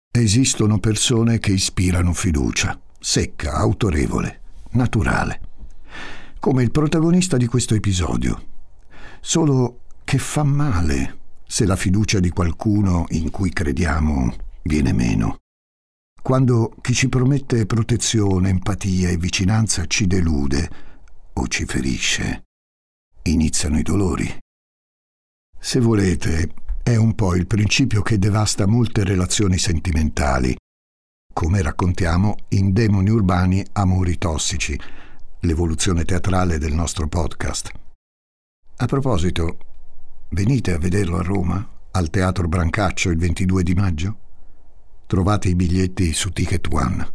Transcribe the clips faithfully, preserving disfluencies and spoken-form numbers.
Esistono persone che ispirano fiducia, secca, autorevole, naturale, come il protagonista di questo episodio. Solo che fa male se la fiducia di qualcuno in cui crediamo viene meno. Quando chi ci promette protezione, empatia e vicinanza ci delude o ci ferisce, iniziano i dolori. Se volete, è un po' il principio che devasta molte relazioni sentimentali, come raccontiamo in Demoni Urbani, Amori Tossici, l'evoluzione teatrale del nostro podcast. A proposito, venite a vederlo a Roma, al Teatro Brancaccio il ventidue di maggio? Trovate i biglietti su Ticket One.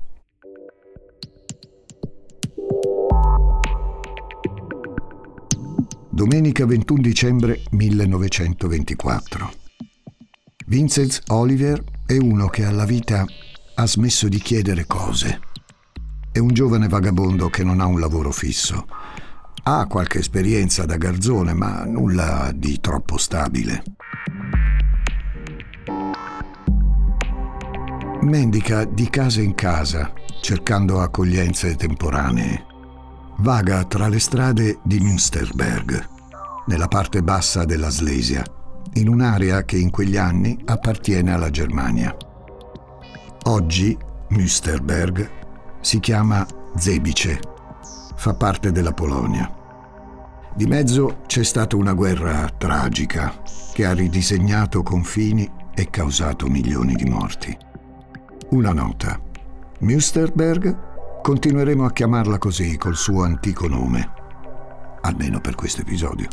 Domenica ventuno dicembre millenovecentoventiquattro. Vincent Olivier è uno che alla vita ha smesso di chiedere cose. È un giovane vagabondo che non ha un lavoro fisso. Ha qualche esperienza da garzone, ma nulla di troppo stabile. Mendica di casa in casa, cercando accoglienze temporanee. Vaga tra le strade di Münsterberg, nella parte bassa della Slesia, in un'area che in quegli anni appartiene alla Germania. Oggi Münsterberg si chiama Zebice, fa parte della Polonia. Di mezzo c'è stata una guerra tragica che ha ridisegnato confini e causato milioni di morti. Una nota: Münsterberg continueremo a chiamarla così col suo antico nome, almeno per questo episodio.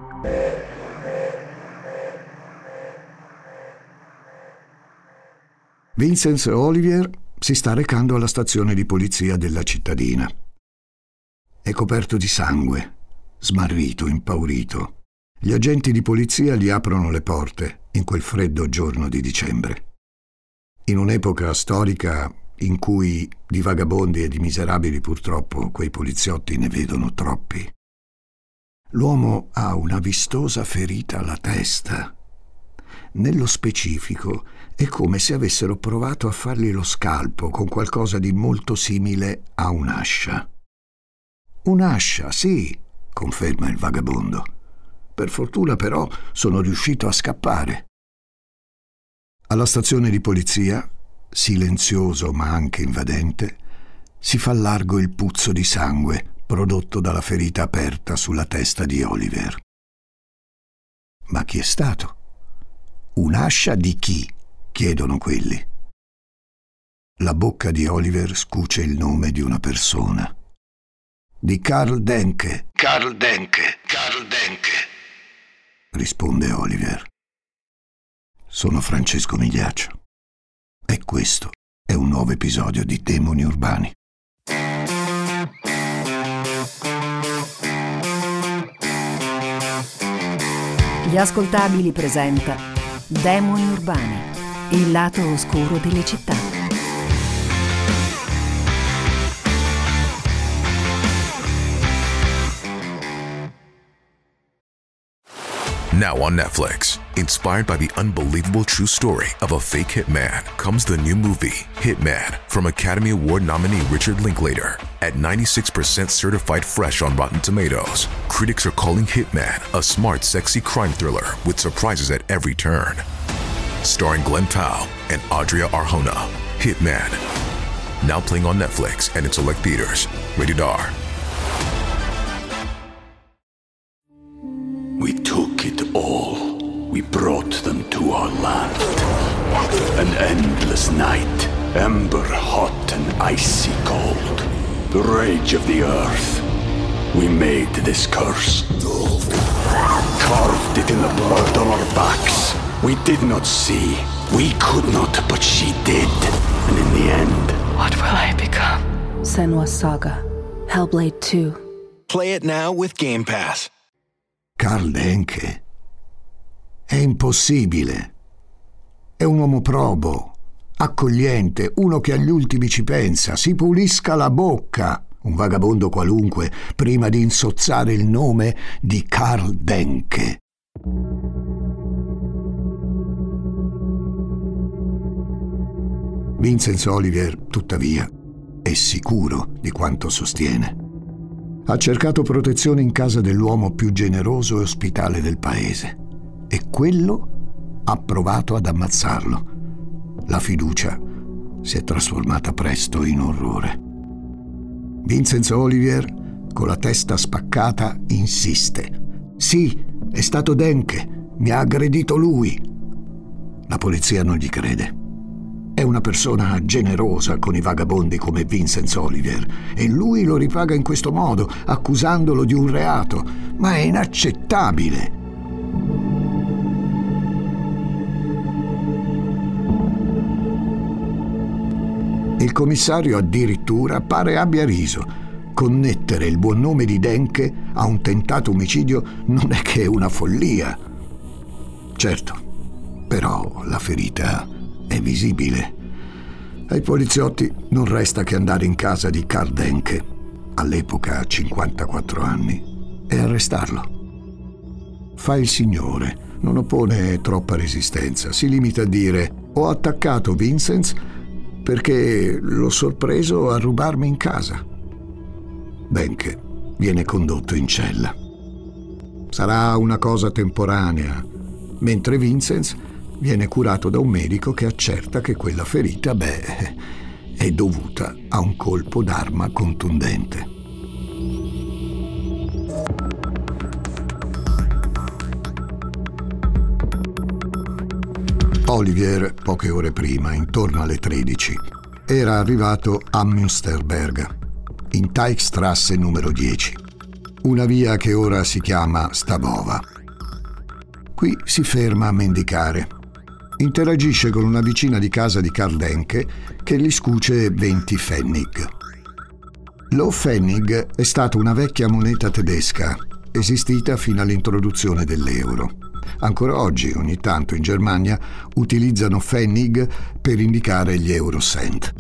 Vincent Olivier si sta recando alla stazione di polizia della cittadina. È coperto di sangue, smarrito, impaurito. Gli agenti di polizia gli aprono le porte in quel freddo giorno di dicembre. In un'epoca storica in cui di vagabondi e di miserabili purtroppo quei poliziotti ne vedono troppi. L'uomo ha una vistosa ferita alla testa. Nello specifico è come se avessero provato a fargli lo scalpo con qualcosa di molto simile a un'ascia. Un'ascia, sì, conferma il vagabondo. Per fortuna però sono riuscito a scappare. Alla stazione di polizia, silenzioso ma anche invadente, si fa largo il puzzo di sangue prodotto dalla ferita aperta sulla testa di Olivier. Ma chi è stato? Un'ascia di chi? Chiedono quelli. La bocca di Olivier scuce il nome di una persona. Di Karl Denke. Karl Denke. Karl Denke. Risponde Olivier. Sono Francesco Migliaccio. E questo è un nuovo episodio di Demoni Urbani. Gli Ascoltabili presenta Demoni Urbani, il lato oscuro delle città. Now on Netflix, inspired by the unbelievable true story of a fake hitman, comes the new movie, Hitman, from Academy Award nominee Richard Linklater. At ninety-six percent certified fresh on Rotten Tomatoes, critics are calling Hitman a smart, sexy crime thriller with surprises at every turn. Starring Glenn Powell and Adria Arjona, Hitman. Now playing on Netflix and in select theaters. Rated R. We took it all. We brought them to our land. An endless night, ember hot and icy cold. The rage of the earth. We made this curse. Carved it in the blood on our backs. We did not see. We could not, but she did. And in the end... What will I become? Senua's Saga. Hellblade two. Play it now with Game Pass. Karl Denke? È impossibile. È un uomo probo, accogliente, uno che agli ultimi ci pensa, si pulisca la bocca, un vagabondo qualunque, prima di insozzare il nome di Karl Denke. Vincenz Olivier, tuttavia, è sicuro di quanto sostiene. Ha cercato protezione in casa dell'uomo più generoso e ospitale del paese e quello ha provato ad ammazzarlo. La fiducia si è trasformata presto in orrore. Vincenz Olivier, con la testa spaccata, insiste. Sì, è stato Denke, mi ha aggredito lui. La polizia non gli crede. È una persona generosa con i vagabondi come Vincenz Olivier e lui lo ripaga in questo modo, accusandolo di un reato. Ma è inaccettabile. Il commissario addirittura pare abbia riso. Connettere il buon nome di Denke a un tentato omicidio non è che una follia. Certo, però la ferita è visibile. Ai poliziotti non resta che andare in casa di Karl Denke, all'epoca cinquantaquattro anni, e arrestarlo. Fa il signore, non oppone troppa resistenza, si limita a dire: ho attaccato Vincenz perché l'ho sorpreso a rubarmi in casa. Denke viene condotto in cella. Sarà una cosa temporanea, mentre Vincenz viene curato da un medico che accerta che quella ferita, beh, è dovuta a un colpo d'arma contundente. Olivier, poche ore prima, intorno alle tredici, era arrivato a Münsterberg, in Teichstrasse numero dieci, una via che ora si chiama Stavova. Qui si ferma a mendicare. Interagisce con una vicina di casa di Karl Denke che gli scuce venti Pfennig. Lo Pfennig è stata una vecchia moneta tedesca, esistita fino all'introduzione dell'euro. Ancora oggi, ogni tanto in Germania, utilizzano Pfennig per indicare gli Eurocent.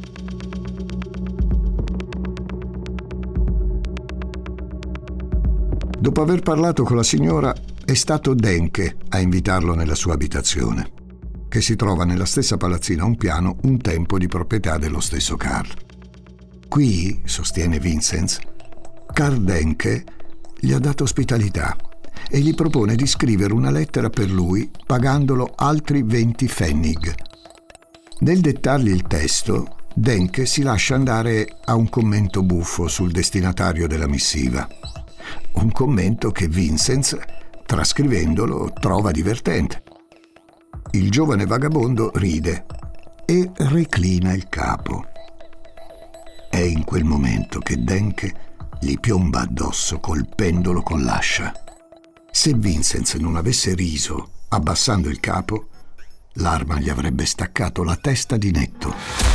Dopo aver parlato con la signora, è stato Denke a invitarlo nella sua abitazione, che si trova nella stessa palazzina a un piano, un tempo di proprietà dello stesso Karl. Qui, sostiene Vincenz, Karl Denke gli ha dato ospitalità e gli propone di scrivere una lettera per lui pagandolo altri venti Pfennig. Nel dettargli il testo, Denke si lascia andare a un commento buffo sul destinatario della missiva. Un commento che Vincenz, trascrivendolo, trova divertente. Il giovane vagabondo ride e reclina il capo. È in quel momento che Denke gli piomba addosso colpendolo con l'ascia. Se Vincenz non avesse riso abbassando il capo, l'arma gli avrebbe staccato la testa di netto.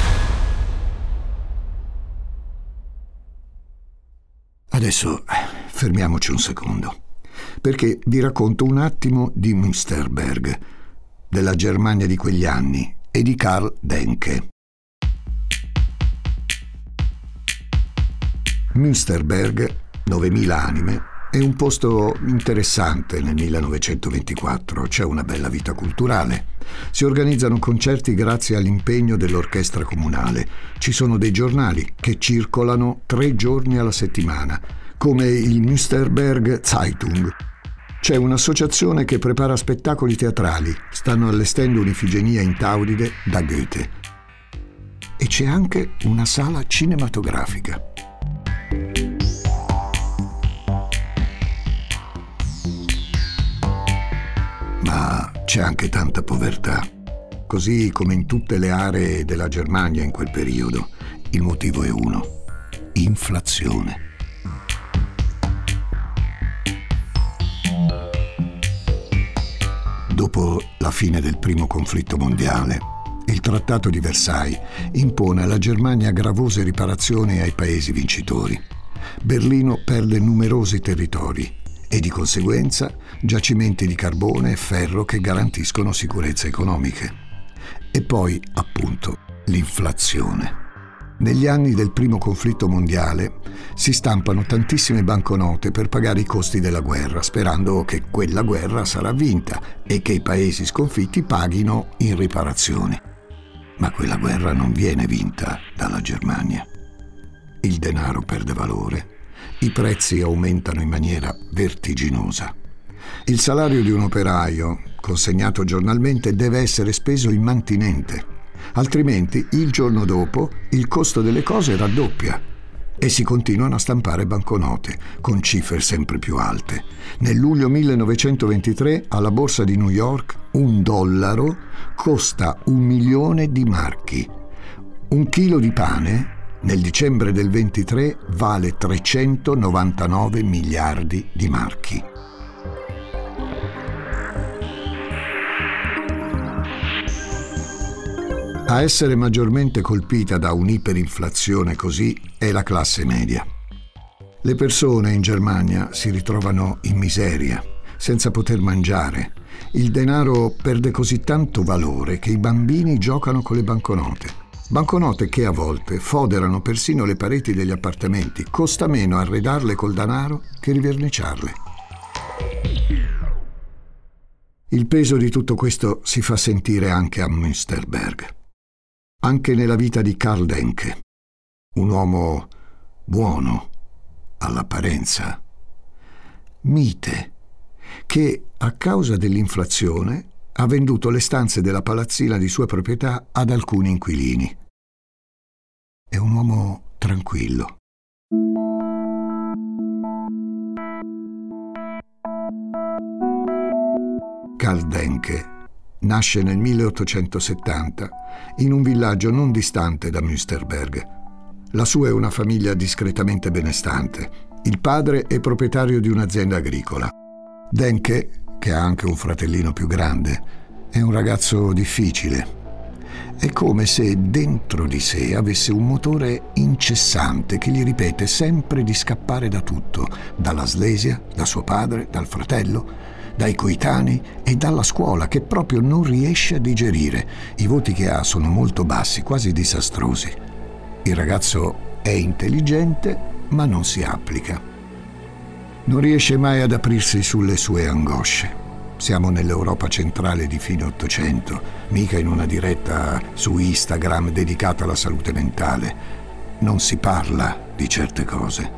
Adesso fermiamoci un secondo, perché vi racconto un attimo di Münsterberg, della Germania di quegli anni e di Karl Denke. Münsterberg, novemila anime, è un posto interessante nel millenovecentoventiquattro. C'è una bella vita culturale. Si organizzano concerti grazie all'impegno dell'orchestra comunale. Ci sono dei giornali che circolano tre giorni alla settimana, come il Münsterberg Zeitung. C'è un'associazione che prepara spettacoli teatrali. Stanno allestendo un'ifigenia in Tauride da Goethe. E c'è anche una sala cinematografica. Ma c'è anche tanta povertà, così come in tutte le aree della Germania in quel periodo. Il motivo è uno: inflazione. Dopo la fine del primo conflitto mondiale, il Trattato di Versailles impone alla Germania gravose riparazioni ai paesi vincitori. Berlino perde numerosi territori e di conseguenza giacimenti di carbone e ferro che garantiscono sicurezza economiche. E poi, appunto, l'inflazione. Negli anni del primo conflitto mondiale si stampano tantissime banconote per pagare i costi della guerra, sperando che quella guerra sarà vinta e che i paesi sconfitti paghino in riparazioni. Ma quella guerra non viene vinta dalla Germania. Il denaro perde valore, i prezzi aumentano in maniera vertiginosa. Il salario di un operaio, consegnato giornalmente, deve essere speso in mantinente, altrimenti il giorno dopo il costo delle cose raddoppia e si continuano a stampare banconote con cifre sempre più alte. Nel luglio millenovecentoventitré alla borsa di New York un dollaro costa un milione di marchi. Un chilo di pane nel dicembre del ventitré vale trecentonovantanove miliardi di marchi. A essere maggiormente colpita da un'iperinflazione così è la classe media. Le persone in Germania si ritrovano in miseria, senza poter mangiare. Il denaro perde così tanto valore che i bambini giocano con le banconote. Banconote che a volte foderano persino le pareti degli appartamenti. Costa meno arredarle col denaro che riverniciarle. Il peso di tutto questo si fa sentire anche a Münsterberg. Anche nella vita di Karl Denke, un uomo buono all'apparenza, mite, che a causa dell'inflazione ha venduto le stanze della palazzina di sua proprietà ad alcuni inquilini. È un uomo tranquillo. Karl Denke nasce nel milleottocentosettanta in un villaggio non distante da Münsterberg. La sua è una famiglia discretamente benestante. Il padre è proprietario di un'azienda agricola. Denke, che ha anche un fratellino più grande, è un ragazzo difficile. È come se dentro di sé avesse un motore incessante che gli ripete sempre di scappare da tutto, dalla Slesia, da suo padre, dal fratello, dai coetanei e dalla scuola, che proprio non riesce a digerire. I voti che ha sono molto bassi, quasi disastrosi. Il ragazzo è intelligente, ma non si applica. Non riesce mai ad aprirsi sulle sue angosce. Siamo nell'Europa centrale di fine Ottocento, mica in una diretta su Instagram dedicata alla salute mentale. Non si parla di certe cose.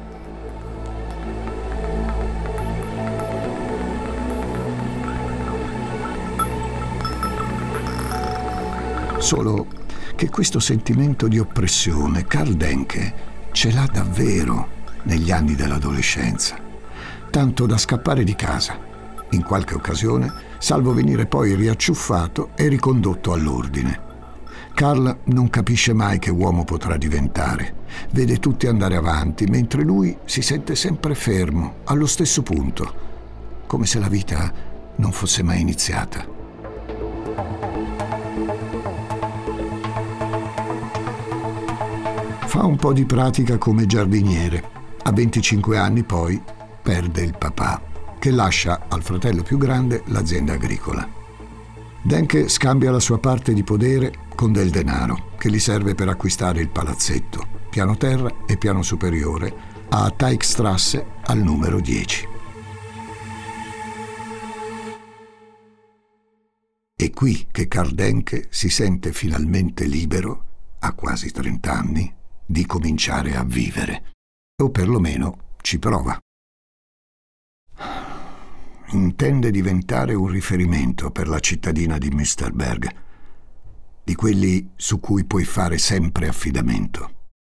Solo che questo sentimento di oppressione Karl Denke ce l'ha davvero negli anni dell'adolescenza, tanto da scappare di casa, in qualche occasione, salvo venire poi riacciuffato e ricondotto all'ordine. Karl non capisce mai che uomo potrà diventare, vede tutti andare avanti, mentre lui si sente sempre fermo, allo stesso punto, come se la vita non fosse mai iniziata. Fa un po' di pratica come giardiniere. A venticinque anni poi perde il papà, che lascia al fratello più grande l'azienda agricola. Denke scambia la sua parte di podere con del denaro, che gli serve per acquistare il palazzetto, piano terra e piano superiore, a Teichstrasse al numero dieci. È qui che Karl Denke si sente finalmente libero, a quasi trent'anni, di cominciare a vivere, o perlomeno ci prova. Intende diventare un riferimento per la cittadina di Münsterberg, di quelli su cui puoi fare sempre affidamento.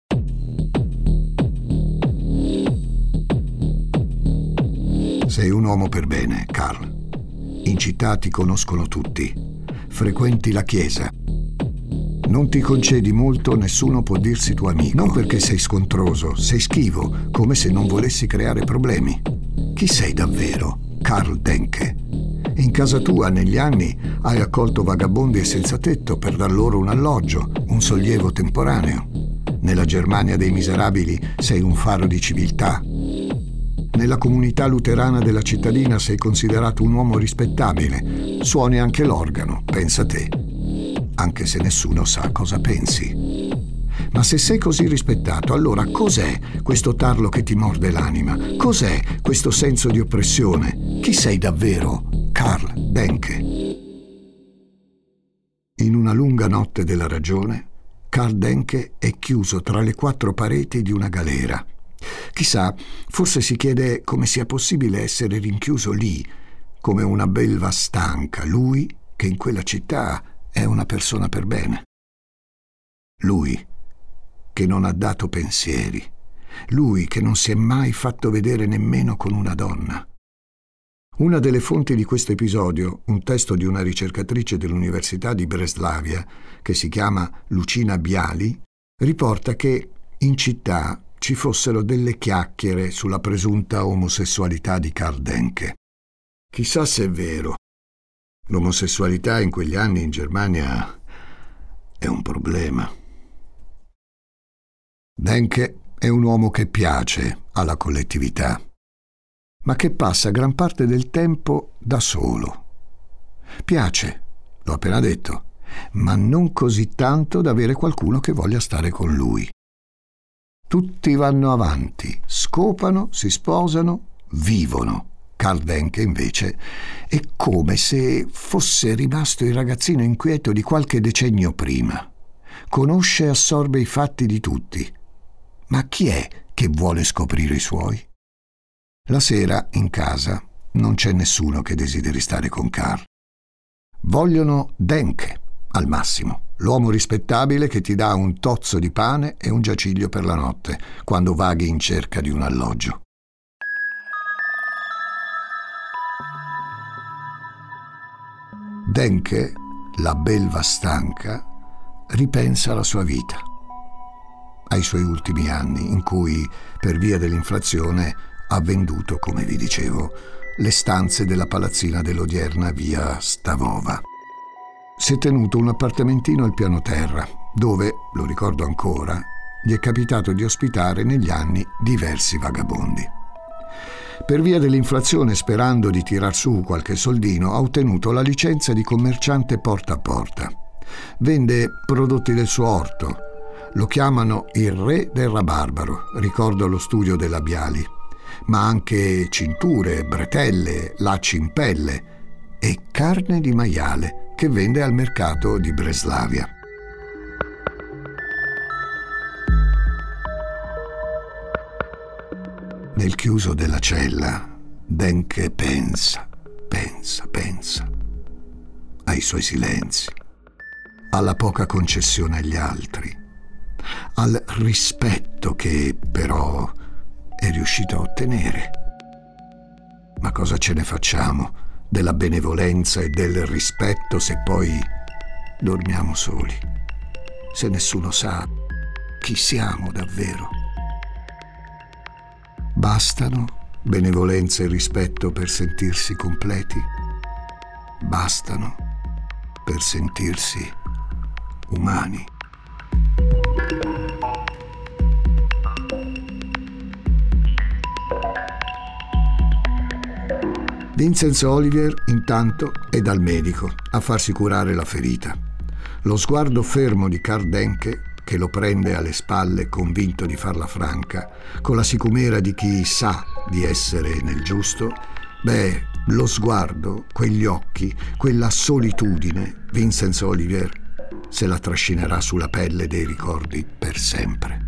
Sei un uomo per bene, Karl. In città ti conoscono tutti, frequenti la chiesa. Non ti concedi molto, nessuno può dirsi tuo amico. Non perché sei scontroso, sei schivo, come se non volessi creare problemi. Chi sei davvero, Karl Denke? In casa tua, negli anni, hai accolto vagabondi e senza tetto per dar loro un alloggio, un sollievo temporaneo. Nella Germania dei miserabili sei un faro di civiltà. Nella comunità luterana della cittadina sei considerato un uomo rispettabile. Suoni anche l'organo, pensa te. Anche se nessuno sa cosa pensi. Ma se sei così rispettato, allora cos'è questo tarlo che ti morde l'anima? Cos'è questo senso di oppressione? Chi sei davvero, Karl Denke? In una una lunga notte della ragione, Karl Denke è chiuso tra le quattro pareti di una galera. Chissà, forse si chiede come sia possibile essere rinchiuso lì, come una belva stanca, lui che in quella città è una persona per bene. Lui che non ha dato pensieri, lui che non si è mai fatto vedere nemmeno con una donna. Una delle fonti di questo episodio, un testo di una ricercatrice dell'Università di Breslavia, che si chiama Lucina Biali, riporta che in città ci fossero delle chiacchiere sulla presunta omosessualità di Karl Denke. Chissà se è vero. L'omosessualità in quegli anni in Germania è un problema. Denke è un uomo che piace alla collettività, ma che passa gran parte del tempo da solo. Piace, l'ho appena detto, ma non così tanto da avere qualcuno che voglia stare con lui. Tutti vanno avanti, scopano, si sposano, vivono. Karl Denke, invece, è come se fosse rimasto il ragazzino inquieto di qualche decennio prima. Conosce e assorbe i fatti di tutti. Ma chi è che vuole scoprire i suoi? La sera, in casa, non c'è nessuno che desideri stare con Karl. Vogliono Denke, al massimo, l'uomo rispettabile che ti dà un tozzo di pane e un giaciglio per la notte, quando vaghi in cerca di un alloggio. Denke, la belva stanca, ripensa alla sua vita, ai suoi ultimi anni in cui, per via dell'inflazione, ha venduto, come vi dicevo, le stanze della palazzina dell'odierna via Stavova. Si è tenuto un appartamentino al piano terra, dove, lo ricordo ancora, gli è capitato di ospitare negli anni diversi vagabondi. Per via dell'inflazione, sperando di tirar su qualche soldino, ha ottenuto la licenza di commerciante porta a porta. Vende prodotti del suo orto. Lo chiamano il re del rabarbaro, ricordo lo studio della Biali, ma anche cinture, bretelle, lacci in pelle e carne di maiale che vende al mercato di Breslavia. Nel chiuso della cella, Denke pensa, pensa, pensa ai suoi silenzi, alla poca concessione agli altri, al rispetto che però è riuscito a ottenere. Ma cosa ce ne facciamo della benevolenza e del rispetto se poi dormiamo soli, se nessuno sa chi siamo davvero? Bastano benevolenza e rispetto per sentirsi completi? Bastano per sentirsi umani? Vincenzo Olivier, intanto, è dal medico a farsi curare la ferita. Lo sguardo fermo di Karl Denke, che lo prende alle spalle convinto di farla franca, con la sicumera di chi sa di essere nel giusto, beh, lo sguardo, quegli occhi, quella solitudine, Vincenzo Olivier se la trascinerà sulla pelle dei ricordi per sempre.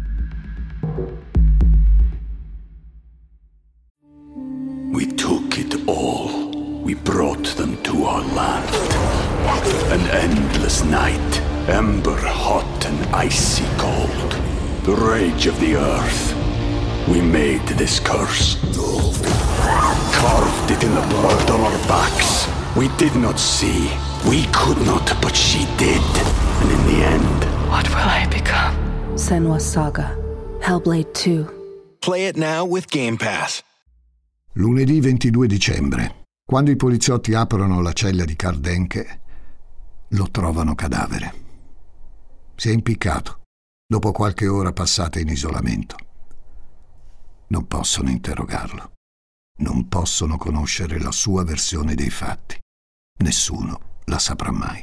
We took it all. We brought them to our land. An endless night, ember hot and icy cold. The rage of the earth. We made this curse. Carved it in the blood on our backs. We did not see. We could not, but she did. And in the end... What will I become? Senua's Saga. Hellblade two. Play it now with Game Pass. Lunedì ventidue dicembre, quando i poliziotti aprono la cella di Karl Denke, lo trovano cadavere. Si è impiccato dopo qualche ora passata in isolamento. Non possono interrogarlo. Non possono conoscere la sua versione dei fatti. Nessuno la saprà mai.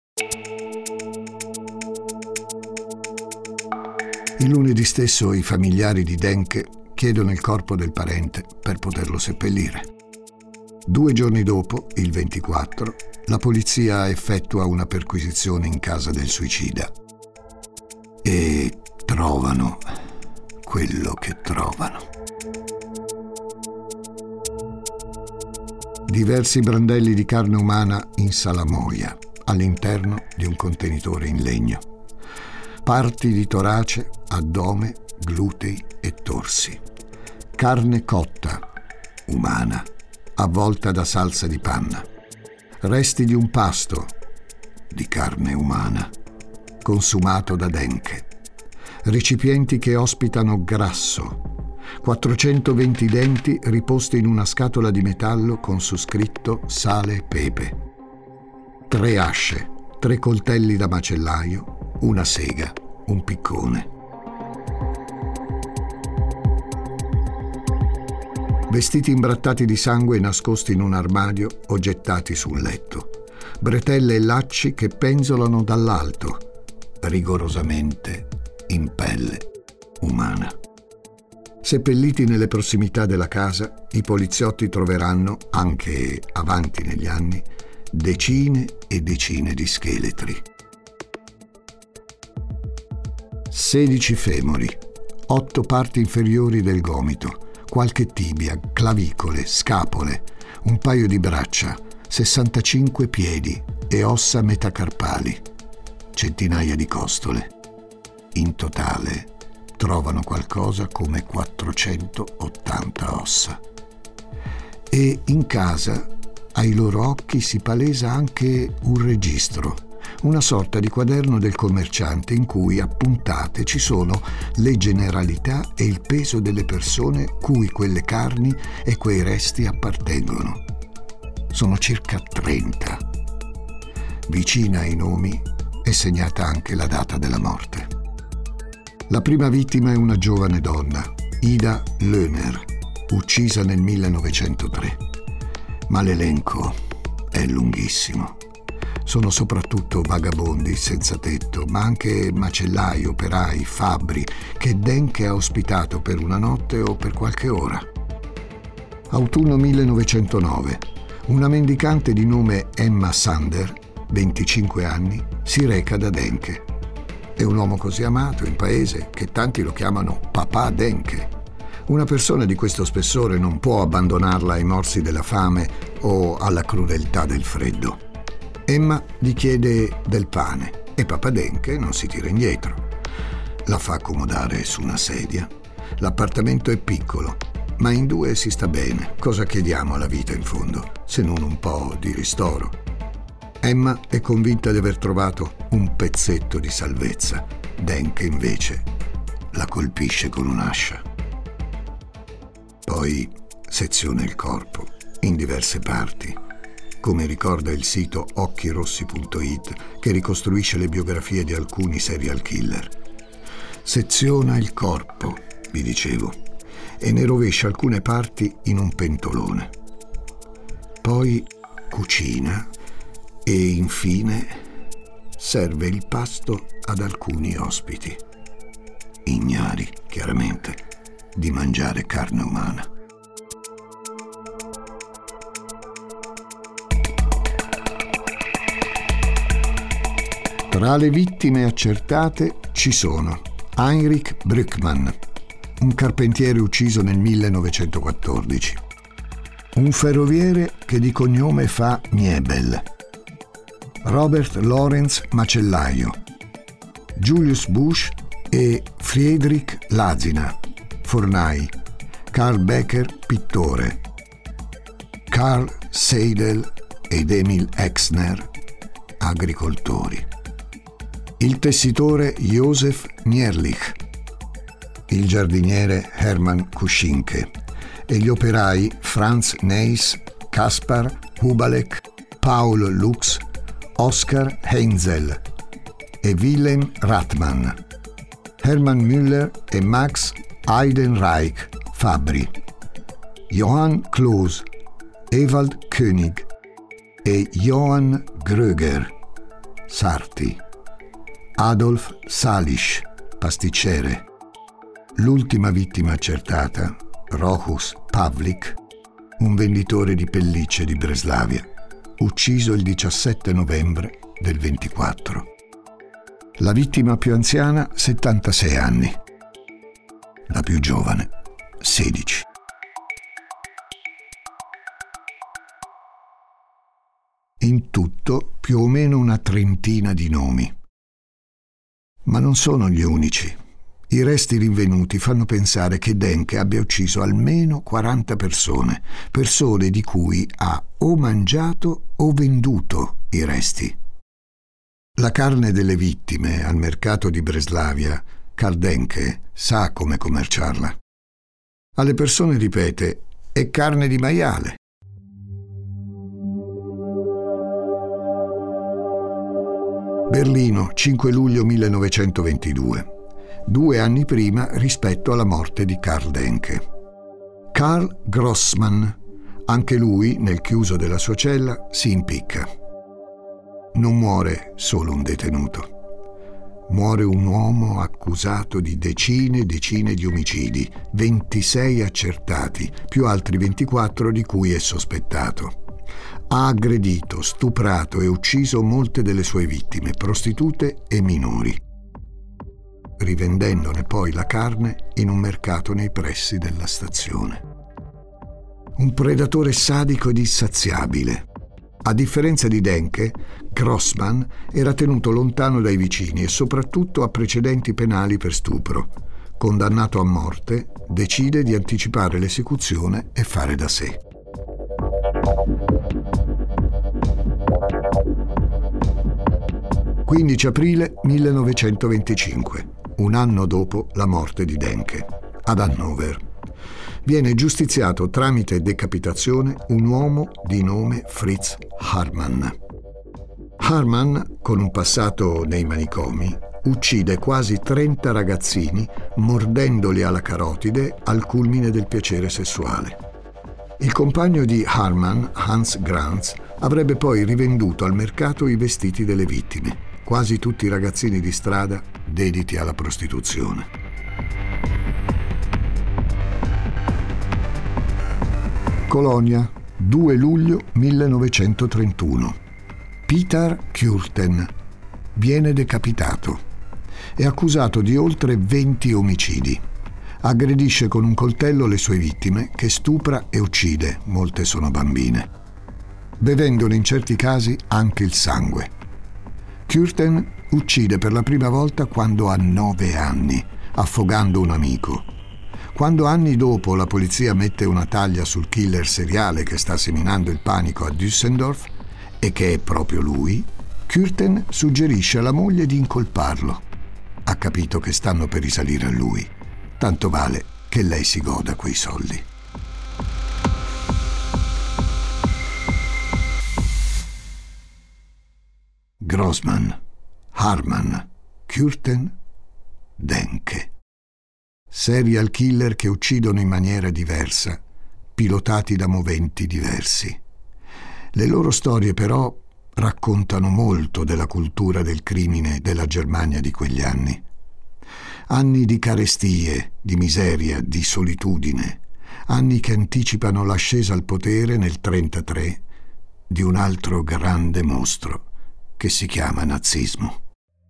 Il lunedì stesso i familiari di Denke chiedono il corpo del parente per poterlo seppellire. Due giorni dopo, il ventiquattro, la polizia effettua una perquisizione in casa del suicida e trovano quello che trovano. Diversi brandelli di carne umana in salamoia all'interno di un contenitore in legno. Parti di torace, addome, glutei e torsi. Carne cotta, umana, avvolta da salsa di panna. Resti di un pasto di carne umana, consumato da Denke. Recipienti che ospitano grasso. quattrocentoventi denti riposti in una scatola di metallo con su scritto sale e pepe. Tre asce, tre coltelli da macellaio, una sega, un piccone. Vestiti imbrattati di sangue nascosti in un armadio o gettati su un letto. Bretelle e lacci che penzolano dall'alto, rigorosamente in pelle umana. Seppelliti nelle prossimità della casa, i poliziotti troveranno, anche avanti negli anni, decine e decine di scheletri. sedici femori, otto parti inferiori del gomito, qualche tibia, clavicole, scapole, un paio di braccia, sessantacinque piedi e ossa metacarpali, centinaia di costole. In totale trovano qualcosa come quattrocentottanta ossa. E in casa, ai loro occhi, si palesa anche un registro, una sorta di quaderno del commerciante in cui appuntate ci sono le generalità e il peso delle persone cui quelle carni e quei resti appartengono. Sono circa trenta. Vicina ai nomi è segnata anche la data della morte. La prima vittima è una giovane donna, Ida Löhner, uccisa nel millenovecentotre. Ma l'elenco è lunghissimo. Sono soprattutto vagabondi senza tetto, ma anche macellai, operai, fabbri, che Denke ha ospitato per una notte o per qualche ora. Autunno millenovecentonove. Una mendicante di nome Emma Sander, venticinque anni, si reca da Denke. È un uomo così amato in paese che tanti lo chiamano papà Denke. Una persona di questo spessore non può abbandonarla ai morsi della fame o alla crudeltà del freddo. Emma gli chiede del pane e papà Denke non si tira indietro. La fa accomodare su una sedia. L'appartamento è piccolo, ma in due si sta bene. Cosa chiediamo alla vita in fondo, se non un po' di ristoro? Emma è convinta di aver trovato un pezzetto di salvezza. Denke invece la colpisce con un'ascia. Poi seziona il corpo in diverse parti, come ricorda il sito occhirossi punto it, che ricostruisce le biografie di alcuni serial killer. Seziona il corpo, vi dicevo, e ne rovescia alcune parti in un pentolone. Poi cucina e infine serve il pasto ad alcuni ospiti, ignari, chiaramente, di mangiare carne umana. Tra le vittime accertate ci sono Heinrich Brückmann, un carpentiere ucciso nel millenovecentoquattordici, un ferroviere che di cognome fa Niebel, Robert Lorenz macellaio, Julius Busch e Friedrich Lazina, fornai, Karl Becker, pittore, Karl Seidel ed Emil Exner, agricoltori, il tessitore Josef Nierlich, il giardiniere Hermann Kuschinke e gli operai Franz Neis, Kaspar Hubalek, Paul Lux, Oskar Heinzel e Wilhelm Rathmann, Hermann Müller e Max Heidenreich, fabbri, Johann Kloos, Ewald König e Johann Gröger, sarti, Adolf Salisch, pasticcere. L'ultima vittima accertata, Rochus Pavlik, un venditore di pellicce di Breslavia, ucciso il diciassette novembre del ventiquattro. La vittima più anziana, settantasei anni. La più giovane, sedici. In tutto più o meno una trentina di nomi. Ma non sono gli unici. I resti rinvenuti fanno pensare che Denke abbia ucciso almeno quaranta persone, persone di cui ha o mangiato o venduto i resti. La carne delle vittime al mercato di Breslavia, Karl Denke sa come commerciarla. Alle persone ripete: è carne di maiale. Berlino, cinque luglio millenovecentoventidue, due anni prima rispetto alla morte di Karl Denke. Karl Grossmann, anche lui, nel chiuso della sua cella, si impicca. Non muore solo un detenuto. Muore un uomo accusato di decine e decine di omicidi, ventisei accertati, più altri ventiquattro di cui è sospettato. Ha aggredito, stuprato e ucciso molte delle sue vittime, prostitute e minori, rivendendone poi la carne in un mercato nei pressi della stazione. Un predatore sadico ed insaziabile. A differenza di Denke, Grossmann era tenuto lontano dai vicini e soprattutto ha precedenti penali per stupro. Condannato a morte, decide di anticipare l'esecuzione e fare da sé. quindici aprile millenovecentoventicinque, un anno dopo la morte di Denke, ad Hannover. Viene giustiziato tramite decapitazione un uomo di nome Fritz Haarmann. Haarmann, con un passato nei manicomi, uccide quasi trenta ragazzini mordendoli alla carotide al culmine del piacere sessuale. Il compagno di Haarmann, Hans Granz, avrebbe poi rivenduto al mercato i vestiti delle vittime, quasi tutti ragazzini di strada dediti alla prostituzione. Colonia, due luglio millenovecentotrentuno. Peter Kürten viene decapitato. È accusato di oltre venti omicidi. Aggredisce con un coltello le sue vittime, che stupra e uccide, molte sono bambine, bevendone in certi casi anche il sangue. Kürten uccide per la prima volta quando ha nove anni, affogando un amico. Quando anni dopo la polizia mette una taglia sul killer seriale che sta seminando il panico a Düsseldorf, e che è proprio lui, Kürten suggerisce alla moglie di incolparlo. Ha capito che stanno per risalire a lui. Tanto vale che lei si goda quei soldi. Grossmann, Haarmann, Kürten, Denke. Serial killer che uccidono in maniera diversa, pilotati da moventi diversi. Le loro storie però raccontano molto della cultura del crimine della Germania di quegli anni. Anni di carestie, di miseria, di solitudine, anni che anticipano l'ascesa al potere nel trentatré di un altro grande mostro che si chiama nazismo.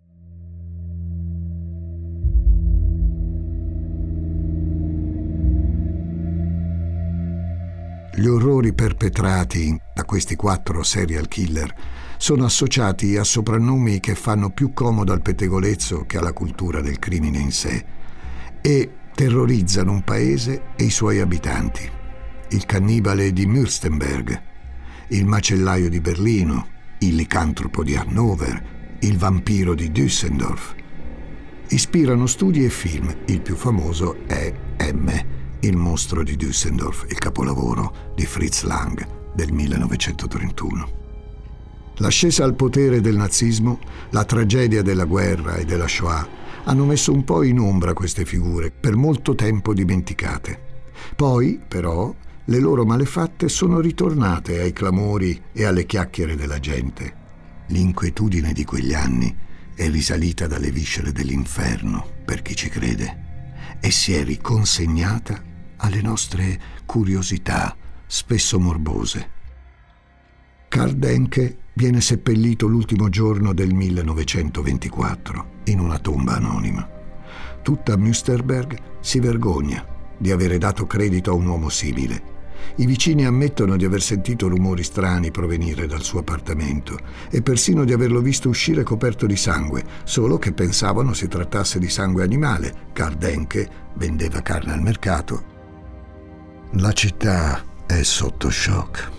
Gli orrori perpetrati da questi quattro serial killer sono associati a soprannomi che fanno più comodo al pettegolezzo che alla cultura del crimine in sé e terrorizzano un paese e i suoi abitanti. Il cannibale di Mürstenberg, il macellaio di Berlino, il licantropo di Hannover, il vampiro di Düsseldorf. Ispirano studi e film. Il più famoso è M, il mostro di Düsseldorf, il capolavoro di Fritz Lang del millenovecentotrentuno. L'ascesa al potere del nazismo, la tragedia della guerra e della Shoah hanno messo un po' in ombra queste figure, per molto tempo dimenticate. Poi, però, le loro malefatte sono ritornate ai clamori e alle chiacchiere della gente. L'inquietudine di quegli anni è risalita dalle viscere dell'inferno, per chi ci crede, e si è riconsegnata alle nostre curiosità, spesso morbose. Karl Denke viene seppellito l'ultimo giorno del millenovecentoventiquattro in una tomba anonima. Tutta Münsterberg si vergogna di avere dato credito a un uomo simile. I vicini ammettono di aver sentito rumori strani provenire dal suo appartamento e persino di averlo visto uscire coperto di sangue, solo che pensavano si trattasse di sangue animale. Karl Denke vendeva carne al mercato. La città è sotto shock.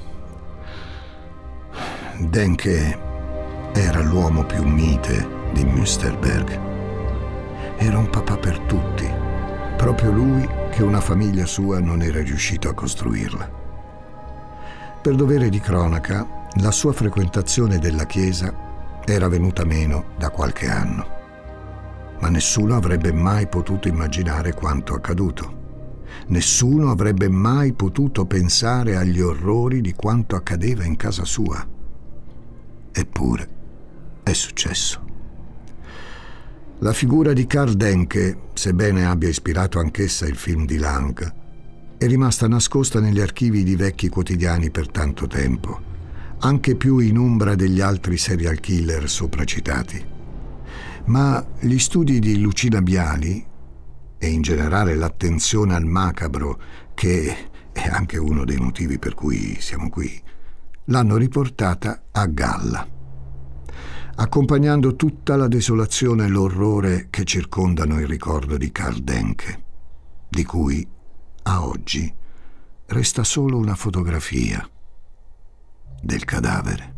Denke era l'uomo più mite di Münsterberg. Era un papà per tutti, proprio lui che una famiglia sua non era riuscito a costruirla. Per dovere di cronaca, la sua frequentazione della chiesa era venuta meno da qualche anno, ma nessuno avrebbe mai potuto immaginare quanto accaduto. Nessuno avrebbe mai potuto pensare agli orrori di quanto accadeva in casa sua. Eppure è successo. La figura di Karl Denke, sebbene abbia ispirato anch'essa il film di Lang, è rimasta nascosta negli archivi di vecchi quotidiani per tanto tempo, anche più in ombra degli altri serial killer sopracitati. Ma gli studi di Lucina Biali e in generale l'attenzione al macabro, che è anche uno dei motivi per cui siamo qui, l'hanno riportata a galla, accompagnando tutta la desolazione e l'orrore che circondano il ricordo di Karl Denke, di cui a oggi resta solo una fotografia del cadavere.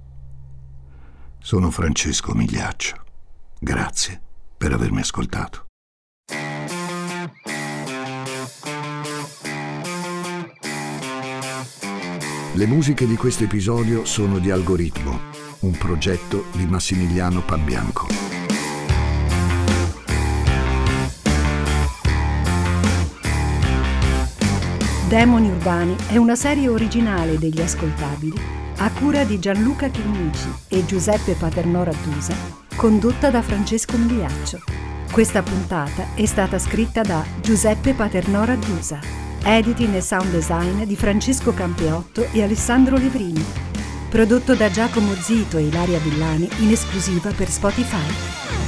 Sono Francesco Migliaccio. Grazie per avermi ascoltato. Le musiche di questo episodio sono di Algoritmo, un progetto di Massimiliano Pambianco. Demoni Urbani è una serie originale degli Ascoltabili a cura di Gianluca Chinnici e Giuseppe Paternò Rattusa, condotta da Francesco Migliaccio. Questa puntata è stata scritta da Giuseppe Paternò Rattusa, editing e sound design di Francesco Campeotto e Alessandro Levrini, prodotto da Giacomo Zito e Ilaria Villani in esclusiva per Spotify.